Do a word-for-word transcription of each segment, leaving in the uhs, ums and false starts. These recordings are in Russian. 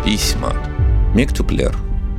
Письма. Мектюплер.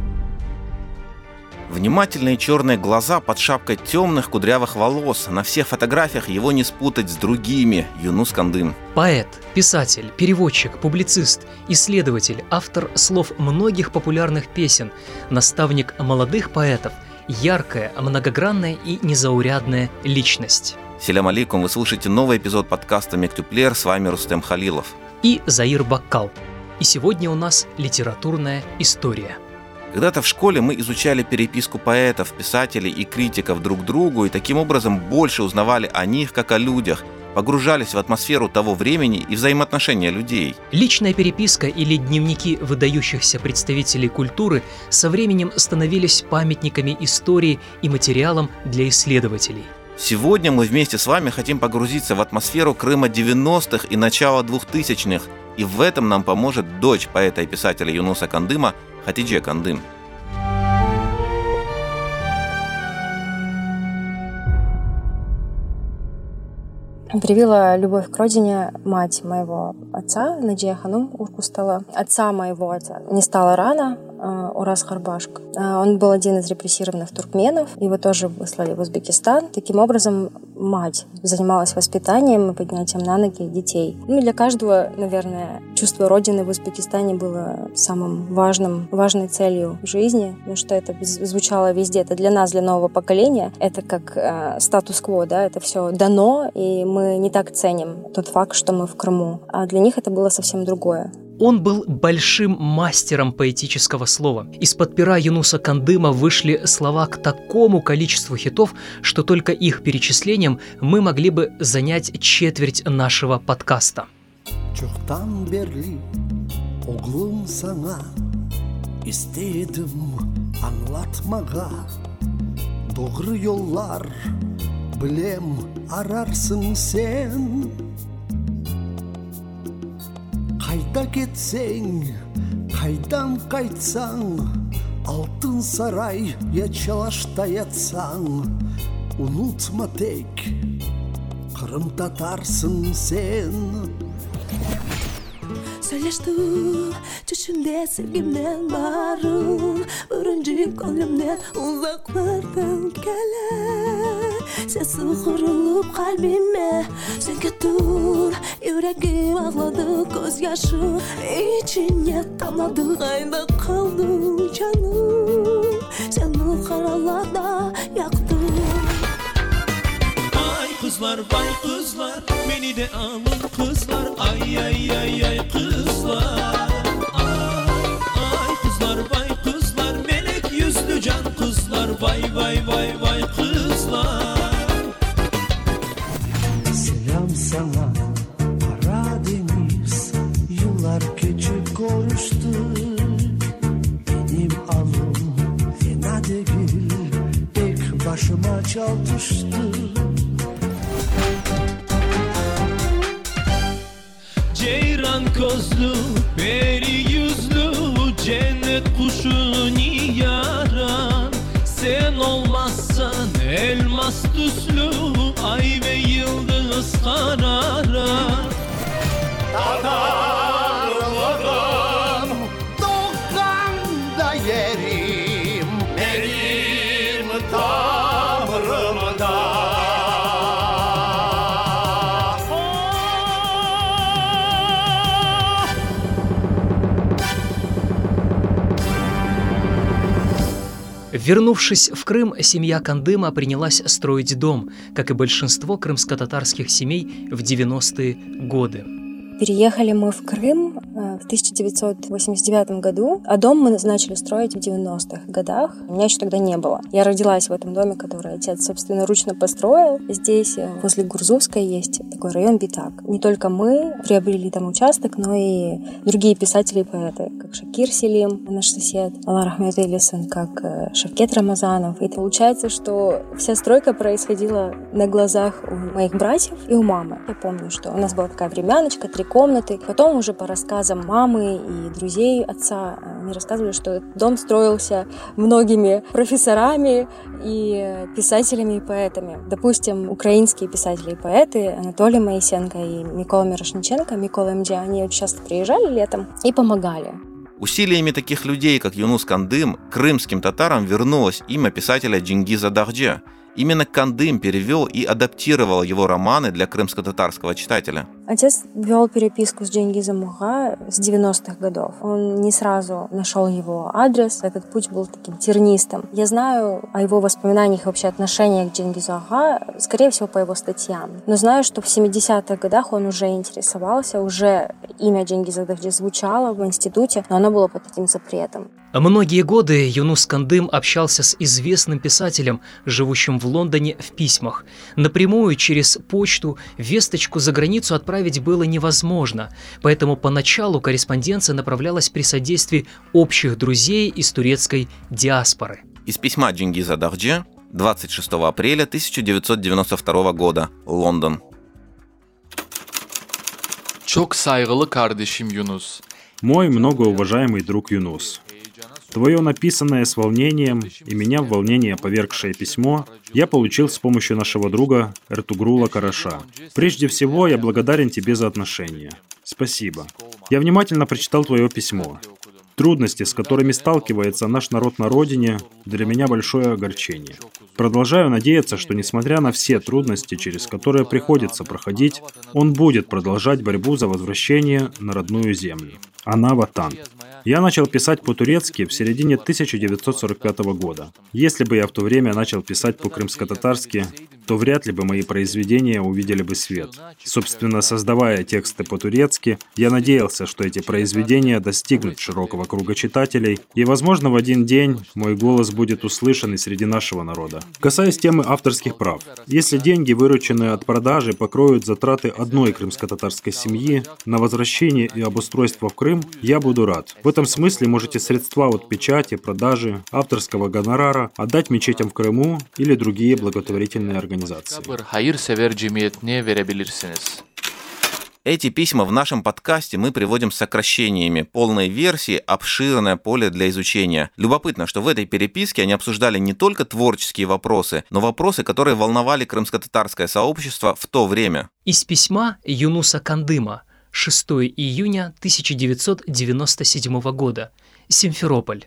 Внимательные черные глаза под шапкой темных кудрявых волос. На всех фотографиях его не спутать с другими. Юнус Кандым. Поэт, писатель, переводчик, публицист, исследователь, автор слов многих популярных песен, наставник молодых поэтов, яркая, многогранная и незаурядная личность. Селям алейкум, вы слушаете новый эпизод подкаста Мектюплер. С вами Рустем Халилов. И Заир Баккал. И сегодня у нас литературная история. Когда-то в школе мы изучали переписку поэтов, писателей и критиков друг к другу, и таким образом больше узнавали о них, как о людях, погружались в атмосферу того времени и взаимоотношения людей. Личная переписка или дневники выдающихся представителей культуры со временем становились памятниками истории и материалом для исследователей. Сегодня мы вместе с вами хотим погрузиться в атмосферу Крыма девяностых и начала двухтысячных, и в этом нам поможет дочь поэта и писателя Юнуса Кандыма Хатидже Кандым. Привила любовь к родине мать моего отца, Наджия Ханум Уркустала. Отца моего отца не стало рано, Урас Харбашк. Он был один из репрессированных туркменов. Его тоже выслали в Узбекистан. Таким образом, мать занималась воспитанием и поднятием на ноги детей. Ну, для каждого, наверное, чувство родины в Узбекистане было самым важным, важной целью в жизни, потому что это звучало везде. Это для нас, для нового поколения. Это как э, статус-кво, да, это все дано, и мы не так ценим тот факт, что мы в Крыму. А для них это было совсем другое. Он был большим мастером поэтического слова. Из-под пера Юнуса Кандыма вышли слова к такому количеству хитов, что только их перечислением мы могли бы занять четверть нашего подкаста. Çoktan beri oğlum sana istedim anlatmaga doğru yollar bilem ararsın sen. Kayda gitsen, kaydan kaytsan, altın saray ya çalışta yatsan, unutma tek, Kırım Tatarsın sen. Söyleştim, düşümde sevgimden varım, Birinci gönlümden uzaklardan gelir. Sesi kırılıp kalbime, sen dur, yüreğim ağladı gözyaşı, İçine damladı kayda kaldım canım, Seni karalarda yaktım. Kızlar, bay kızlar, beni de alın kızlar, ay ay ay ay kızlar. Ay ay kızlar, bay kızlar, melek yüzlü can kızlar, vay vay vay vay kızlar. Selam sana Karadeniz, yıllar geçip konuştuk. Benim alım fena değil, tek başıma çaldıştı. Ceyran gözlü, peri yüzlü, cennet kuşu niyaran. Sen olmazsan elmas tüslü, ay ve yıldız kararan. Tatarladım, dokanda yerim, benim tavrımda. Вернувшись в Крым, семья Кандыма принялась строить дом, как и большинство крымско-татарских семей в девяностые годы. Переехали мы в Крым в тысяча девятьсот восемьдесят девятом году, а дом мы начали строить в девяностых годах. Меня еще тогда не было. Я родилась в этом доме, который отец собственноручно построил. Здесь, возле Гурзувской, есть такой район Битак. Не только мы приобрели там участок, но и другие писатели и поэты, как Шакир Селим, наш сосед, Аллах рахмет эйлесин, как Шавкет Рамазанов. И получается, что вся стройка происходила на глазах у моих братьев и у мамы. Я помню, что у нас была такая времяночка, три комнаты. Потом уже по рассказам мамы и друзей отца они рассказывали, что этот дом строился многими профессорами и писателями и поэтами. Допустим, украинские писатели и поэты Анатолий Моисенко и Микола Мирошниченко, Микола МД, они очень часто приезжали летом и помогали. Усилиями таких людей, как Юнус Кандым, крымским татарам вернулось имя писателя Чингиза Дахче. Именно Кандым перевел и адаптировал его романы для крымско-татарского читателя. Отец вел переписку с Чингизом Ага с девяностых годов. Он не сразу нашел его адрес. Этот путь был таким тернистым. Я знаю о его воспоминаниях и вообще отношениях к Чингизу Ага, скорее всего, по его статьям. Но знаю, что в семидесятых годах он уже интересовался, уже имя Чингиза Дахче звучало в институте, но оно было под таким запретом. Многие годы Юнус Кандым общался с известным писателем, живущим в Лондоне, в письмах. Напрямую через почту весточку за границу отправить было невозможно, поэтому поначалу корреспонденция направлялась при содействии общих друзей из турецкой диаспоры. Из письма Чингиза Дахче двадцать шестого апреля тысяча девятьсот девяносто второго года, Лондон. Çok saygılı kardeşim Yunus. Мой многоуважаемый друг Юнус, твое написанное с волнением и меня в волнение повергшее письмо я получил с помощью нашего друга Эртугрула Караша. Прежде всего, я благодарен тебе за отношения. Спасибо. Я внимательно прочитал твое письмо. Трудности, с которыми сталкивается наш народ на родине, для меня большое огорчение. Продолжаю надеяться, что несмотря на все трудности, через которые приходится проходить, он будет продолжать борьбу за возвращение на родную землю. Ана Ватан. Я начал писать по-турецки в середине тысяча девятьсот сорок пятого года. Если бы я в то время начал писать по-крымско-татарски, то вряд ли бы мои произведения увидели бы свет. Собственно, создавая тексты по-турецки, я надеялся, что эти произведения достигнут широкого круга читателей, и, возможно, в один день мой голос будет услышан и среди нашего народа. Касаясь темы авторских прав, если деньги, вырученные от продажи, покроют затраты одной крымско-татарской семьи на возвращение и обустройство в Крым, я буду рад. В этом смысле можете средства от печати, продажи, авторского гонорара отдать мечетям в Крыму или другие благотворительные организации. Эти письма в нашем подкасте мы приводим с сокращениями. Полной версии обширное поле для изучения. Любопытно, что в этой переписке они обсуждали не только творческие вопросы, но вопросы, которые волновали крымско-татарское сообщество в то время. Из письма Юнуса Кандыма. шестого июня тысяча девятьсот девяносто седьмого года. Симферополь.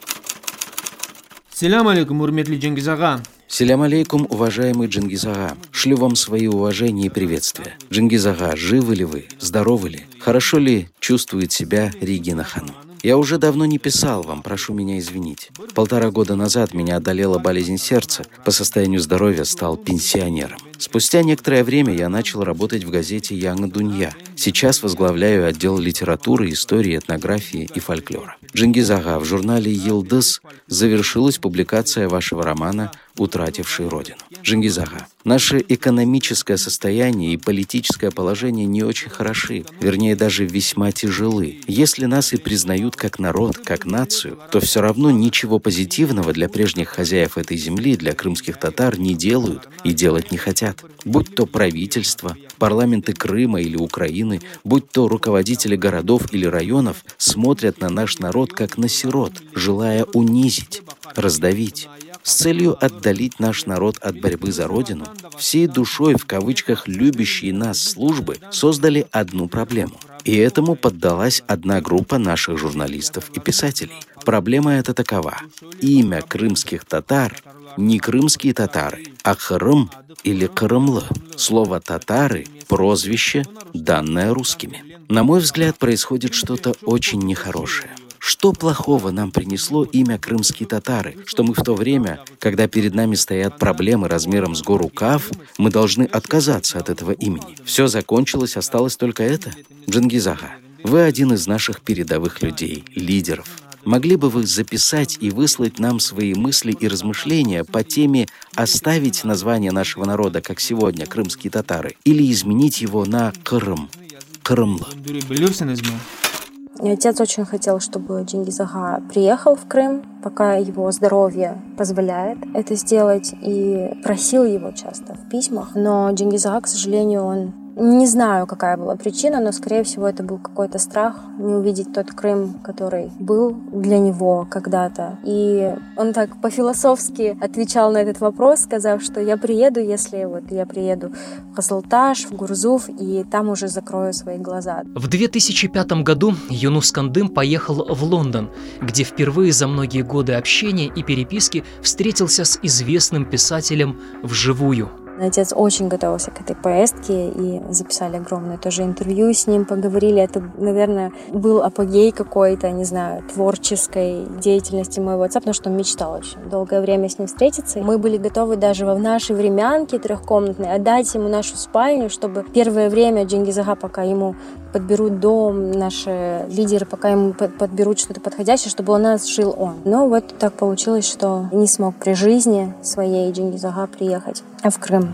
Селям алейкум, урметли Чингиз ага. Селям алейкум, уважаемый Чингиз ага. Шлю вам свои уважения и приветствия. Чингиз ага, живы ли вы? Здоровы ли? Хорошо ли чувствует себя Регина Ханум? Я уже давно не писал вам, прошу меня извинить. Полтора года назад меня одолела болезнь сердца, по состоянию здоровья стал пенсионером. Спустя некоторое время я начал работать в газете «Яңа Дунья». Сейчас возглавляю отдел литературы, истории, этнографии и фольклора. Чингиз ага, в журнале «Йылдыз» завершилась публикация вашего романа «Утративший родину». Чингиз ага, наше экономическое состояние и политическое положение не очень хороши, вернее, даже весьма тяжелы. Если нас и признают как народ, как нацию, то все равно ничего позитивного для прежних хозяев этой земли, для крымских татар, не делают и делать не хотят. Будь то правительство, парламенты Крыма или Украины, будь то руководители городов или районов, смотрят на наш народ как на сирот, желая унизить, раздавить. С целью отдалить наш народ от борьбы за Родину, всей душой, в кавычках, любящие нас службы создали одну проблему. И этому поддалась одна группа наших журналистов и писателей. Проблема эта такова. Имя крымских татар не крымские татары, а Крым или Крымлы. Слово «татары» – прозвище, данное русскими. На мой взгляд, происходит что-то очень нехорошее. Что плохого нам принесло имя крымские татары, что мы в то время, когда перед нами стоят проблемы размером с гору Кав, мы должны отказаться от этого имени? Все закончилось, осталось только это? Чингиз ага, вы один из наших передовых людей, лидеров. Могли бы вы записать и выслать нам свои мысли и размышления по теме «Оставить название нашего народа, как сегодня, крымские татары» или изменить его на Крым, Крымлы? И отец очень хотел, чтобы Чингиз ага приехал в Крым, пока его здоровье позволяет это сделать, и просил его часто в письмах. Но Чингиз ага, к сожалению, он Не знаю, какая была причина, но, скорее всего, это был какой-то страх не увидеть тот Крым, который был для него когда-то. И он так по-философски отвечал на этот вопрос, сказав, что я приеду, если вот я приеду в Хасылташ, в Гурзуф, и там уже закрою свои глаза. В две тысячи пятом году Юнус Кандым поехал в Лондон, где впервые за многие годы общения и переписки встретился с известным писателем вживую. Отец очень готовился к этой поездке и записали огромное тоже интервью с ним, поговорили. Это, наверное, был апогей какой-то, не знаю, творческой деятельности моего отца, потому что он мечтал очень долгое время с ним встретиться. Мы были готовы даже в нашей времянке трехкомнатной отдать ему нашу спальню, чтобы первое время Чингис-ага, пока ему подберут дом, наши лидеры, пока ему подберут что-то подходящее, чтобы у нас жил он. Но вот так получилось, что не смог при жизни своей Чингис-ага приехать в Крым.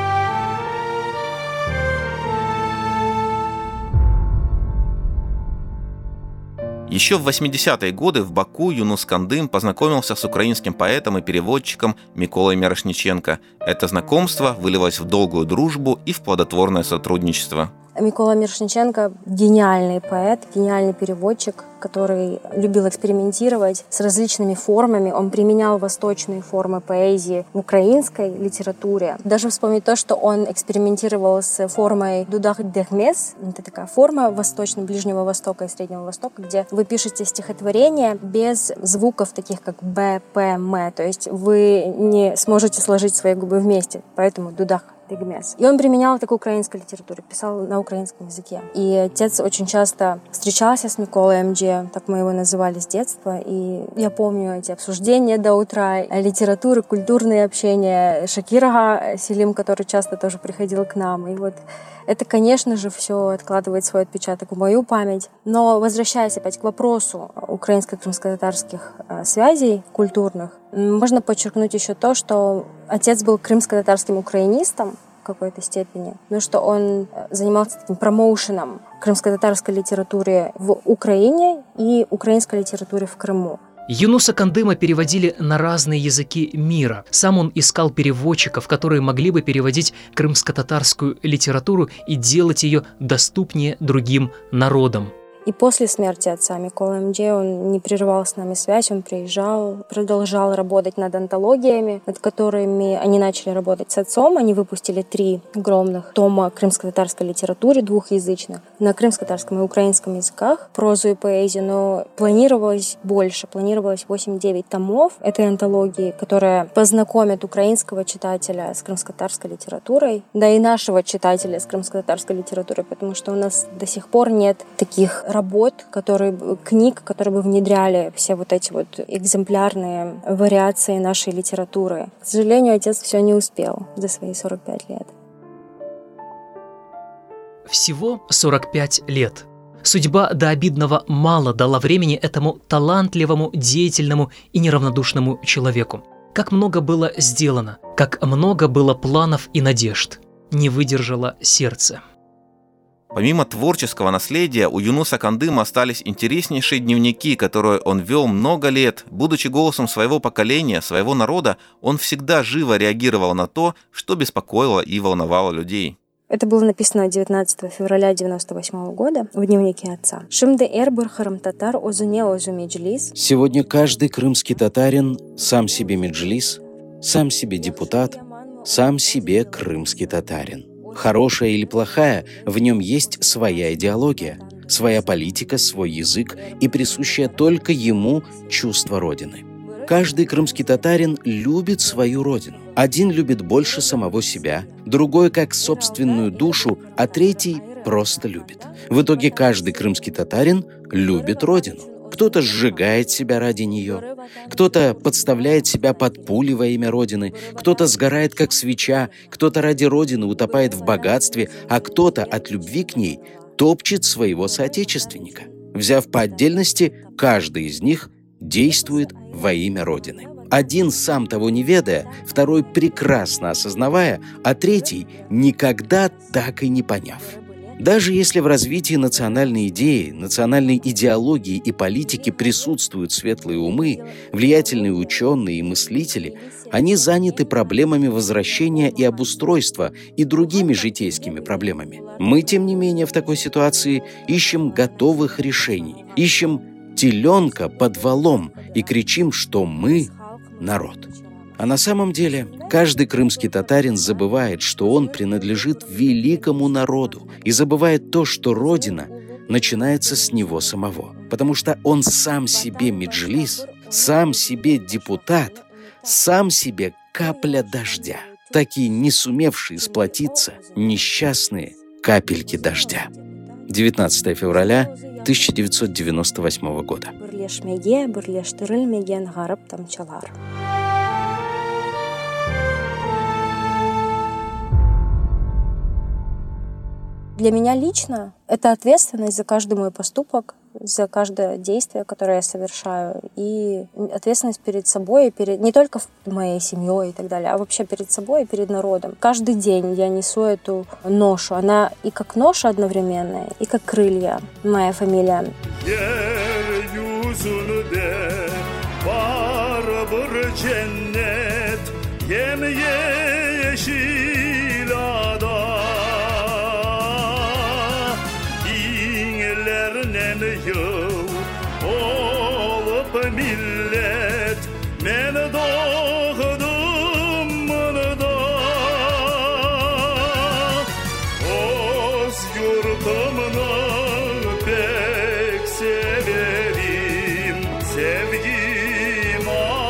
Еще в восьмидесятые годы в Баку Юнус Кандым познакомился с украинским поэтом и переводчиком Миколой Мирошниченко. Это знакомство вылилось в долгую дружбу и в плодотворное сотрудничество. Микола Мирошниченко – гениальный поэт, гениальный переводчик, который любил экспериментировать с различными формами. Он применял восточные формы поэзии в украинской литературе. Даже вспомнить то, что он экспериментировал с формой дудах-дехмес. Это такая форма восточного, Ближнего Востока и Среднего Востока, где вы пишете стихотворение без звуков таких, как б, п, м. То есть вы не сможете сложить свои губы вместе, поэтому дудах. И он применял это к украинской литературе, писал на украинском языке. И отец очень часто встречался с Миколой эм джи, так мы его называли с детства. И я помню эти обсуждения до утра, литературы, культурные общения, Шакирага Селим, который часто тоже приходил к нам. И вот это, конечно же, все откладывает свой отпечаток в мою память. Но возвращаясь опять к вопросу украинско-крымско-татарских связей культурных, можно подчеркнуть еще то, что отец был крымско-татарским украинистом в какой-то степени, но что он занимался таким промоушеном крымско-татарской литературы в Украине и украинской литературы в Крыму. Юнуса Кандыма переводили на разные языки мира. Сам он искал переводчиков, которые могли бы переводить крымско-татарскую литературу и делать ее доступнее другим народам. И после смерти отца Миколы эм джи он не прерывал с нами связь, он приезжал, продолжал работать над антологиями, над которыми они начали работать с отцом. Они выпустили три огромных тома крымско-татарской литературы, двухязычных, на крымско-татарском и украинском языках, прозу и поэзию, но планировалось больше, планировалось восемь-девять томов этой антологии, которая познакомит украинского читателя с крымско-татарской литературой, да и нашего читателя с крымско-татарской литературой, потому что у нас до сих пор нет таких работ, которые, книг, которые бы внедряли все вот эти вот экземплярные вариации нашей литературы. К сожалению, отец все не успел за свои сорок пять лет. Всего сорок пять лет. Судьба до обидного мало дала времени этому талантливому, деятельному и неравнодушному человеку. Как много было сделано, как много было планов и надежд. Не выдержало сердце. Помимо творческого наследия, у Юнуса Кандыма остались интереснейшие дневники, которые он вел много лет. Будучи голосом своего поколения, своего народа, он всегда живо реагировал на то, что беспокоило и волновало людей. Это было написано девятнадцатого февраля девяносто восьмого года в дневнике отца. Сегодня каждый крымский татарин сам себе меджлис, сам себе депутат, сам себе крымский татарин. Хорошая или плохая, в нем есть своя идеология, своя политика, свой язык и присущее только ему чувство Родины. Каждый крымский татарин любит свою родину. Один любит больше самого себя, другой как собственную душу, а третий просто любит. В итоге каждый крымский татарин любит родину. Кто-то сжигает себя ради нее, кто-то подставляет себя под пули во имя Родины, кто-то сгорает как свеча, кто-то ради Родины утопает в богатстве, а кто-то от любви к ней топчет своего соотечественника. Взяв по отдельности, каждый из них действует во имя Родины. Один сам того не ведая, второй прекрасно осознавая, а третий никогда так и не поняв. Даже если в развитии национальной идеи, национальной идеологии и политики присутствуют светлые умы, влиятельные ученые и мыслители, они заняты проблемами возвращения и обустройства и другими житейскими проблемами. Мы, тем не менее, в такой ситуации ищем готовых решений, ищем теленка под валом и кричим, что мы – народ. А на самом деле каждый крымский татарин забывает, что он принадлежит великому народу, и забывает то, что Родина начинается с него самого. Потому что он сам себе меджлис, сам себе депутат, сам себе капля дождя. Такие не сумевшие сплотиться несчастные капельки дождя. девятнадцатое февраля тысяча девятьсот девяносто восьмого года. Для меня лично это ответственность за каждый мой поступок, за каждое действие, которое я совершаю, и ответственность перед собой, и перед не только моей семьей и так далее, а вообще перед собой и перед народом. Каждый день я несу эту ношу. Она и как ноша одновременная, и как крылья. Моя фамилия. Millet men doğdum da Oz yurdumunu pek severim Sevgim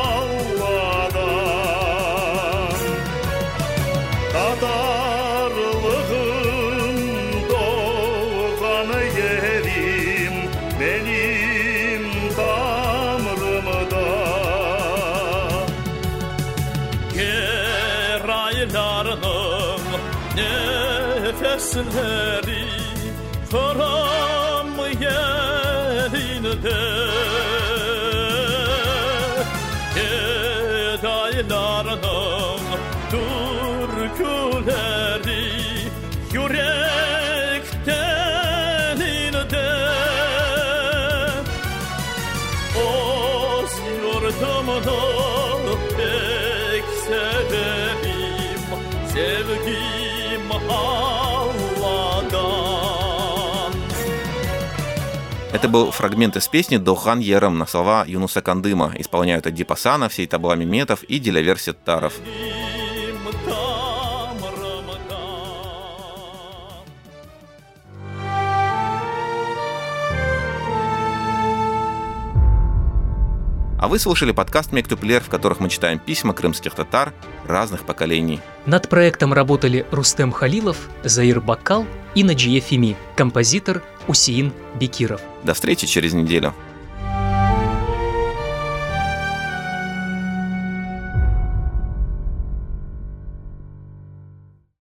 Allah'dan Tatarlığım doğan yerim benim Geraylarının nefesleri Karam yerinde Gedaylarının türküleri Yürekten inde Oz yurdumunu pek severim Sevgim Allah'dan. Это был фрагмент из песни «Дохан Ерам» на слова Юнуса Кандыма. Исполняют Адип Асанов, Сейтаблы Меметов и Дилявер Сеттаров. А вы слушали подкаст «Мектуплер», в которых мы читаем письма крымских татар разных поколений. Над проектом работали Рустем Халилов, Заир Баккал и Наджия Фими, композитор Усеин Бекиров. До встречи через неделю.